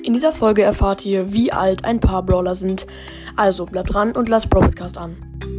In dieser Folge erfahrt ihr, wie alt ein paar Brawler sind. Also bleibt dran und lasst Brawl Podcast an.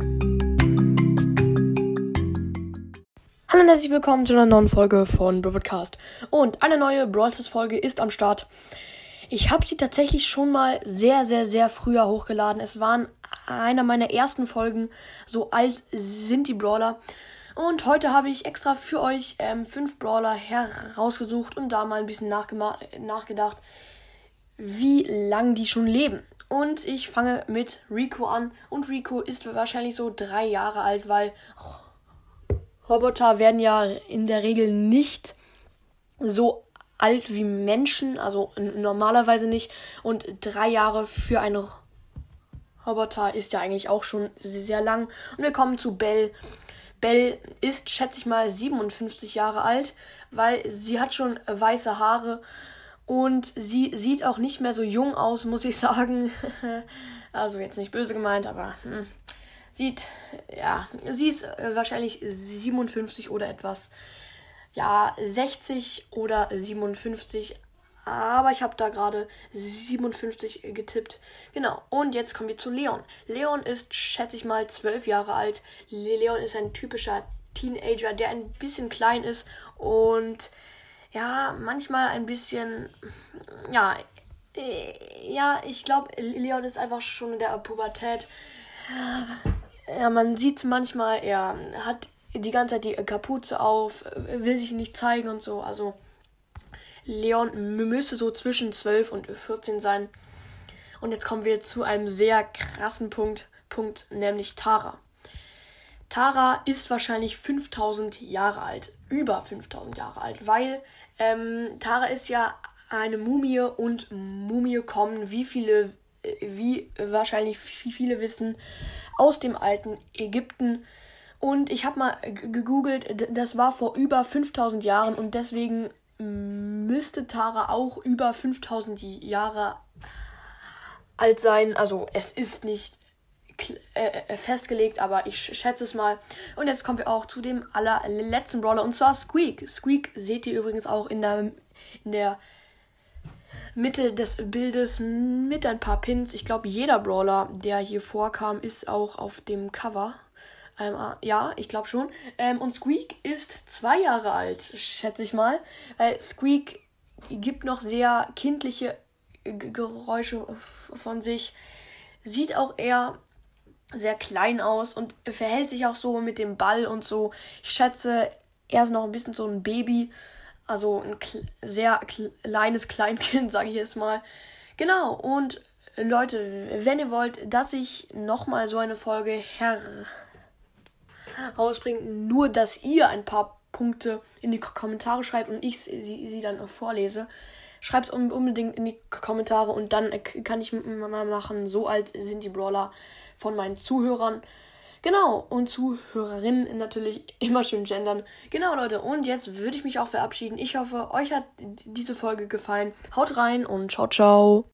Hallo und herzlich willkommen zu einer neuen Folge von Brawl Podcast. Und eine neue Brawl Stars Folge ist am Start. Ich habe sie tatsächlich schon mal sehr früher hochgeladen. Es waren einer meiner ersten Folgen. So alt sind die Brawler. Und heute habe ich extra für euch 5 Brawler herausgesucht und da mal ein bisschen nachgedacht, wie lang die schon leben. Und ich fange mit Rico an. Und Rico ist wahrscheinlich so 3 Jahre alt, weil Roboter werden ja in der Regel nicht so alt wie Menschen, also normalerweise nicht. Und 3 Jahre für einen Roboter ist ja eigentlich auch schon sehr lang. Und wir kommen zu Belle. Belle ist, schätze ich mal, 57 Jahre alt, weil sie hat schon weiße Haare und sie sieht auch nicht mehr so jung aus, muss ich sagen. Also jetzt nicht böse gemeint, aber sie ist wahrscheinlich 57 oder etwas, 60 oder 57, aber ich habe da gerade 57 getippt. Genau, und jetzt kommen wir zu Leon. Leon ist, schätze ich mal, 12 Jahre alt. Leon ist ein typischer Teenager, der ein bisschen klein ist und manchmal ein bisschen, ich glaube, Leon ist einfach schon in der Pubertät. Ja, man sieht es manchmal, er hat die ganze Zeit die Kapuze auf, will sich nicht zeigen und so, also Leon müsste so zwischen 12 und 14 sein. Und jetzt kommen wir zu einem sehr krassen Punkt, nämlich Tara. Tara ist wahrscheinlich 5000 Jahre alt, über 5000 Jahre alt, weil Tara ist ja eine Mumie und Mumie kommen, wie wahrscheinlich viele wissen, aus dem alten Ägypten. Und ich habe mal gegoogelt, das war vor über 5000 Jahren und deswegen müsste Tara auch über 5000 Jahre alt sein. Also es ist nicht festgelegt, aber ich schätze es mal. Und jetzt kommen wir auch zu dem allerletzten Brawler, und zwar Squeak. Squeak seht ihr übrigens auch in der Mitte des Bildes mit ein paar Pins. Ich glaube, jeder Brawler, der hier vorkam, ist auch auf dem Cover. Ja, ich glaube schon. Und Squeak ist 2 Jahre alt, schätze ich mal. Weil Squeak gibt noch sehr kindliche Geräusche von sich. Sieht auch eher sehr klein aus und verhält sich auch so mit dem Ball und so. Ich schätze, er ist noch ein bisschen so ein Baby. Also ein sehr kleines Kleinkind, sage ich jetzt mal. Genau, und Leute, wenn ihr wollt, dass ich nochmal so eine Folge rausbringen, nur dass ihr ein paar Punkte in die Kommentare schreibt und ich sie dann vorlese. Schreibt es unbedingt in die Kommentare und dann kann ich mal machen, so alt sind die Brawler von meinen Zuhörern. Genau, und Zuhörerinnen natürlich immer schön gendern. Genau, Leute, und jetzt würde ich mich auch verabschieden. Ich hoffe, euch hat diese Folge gefallen. Haut rein und ciao, ciao.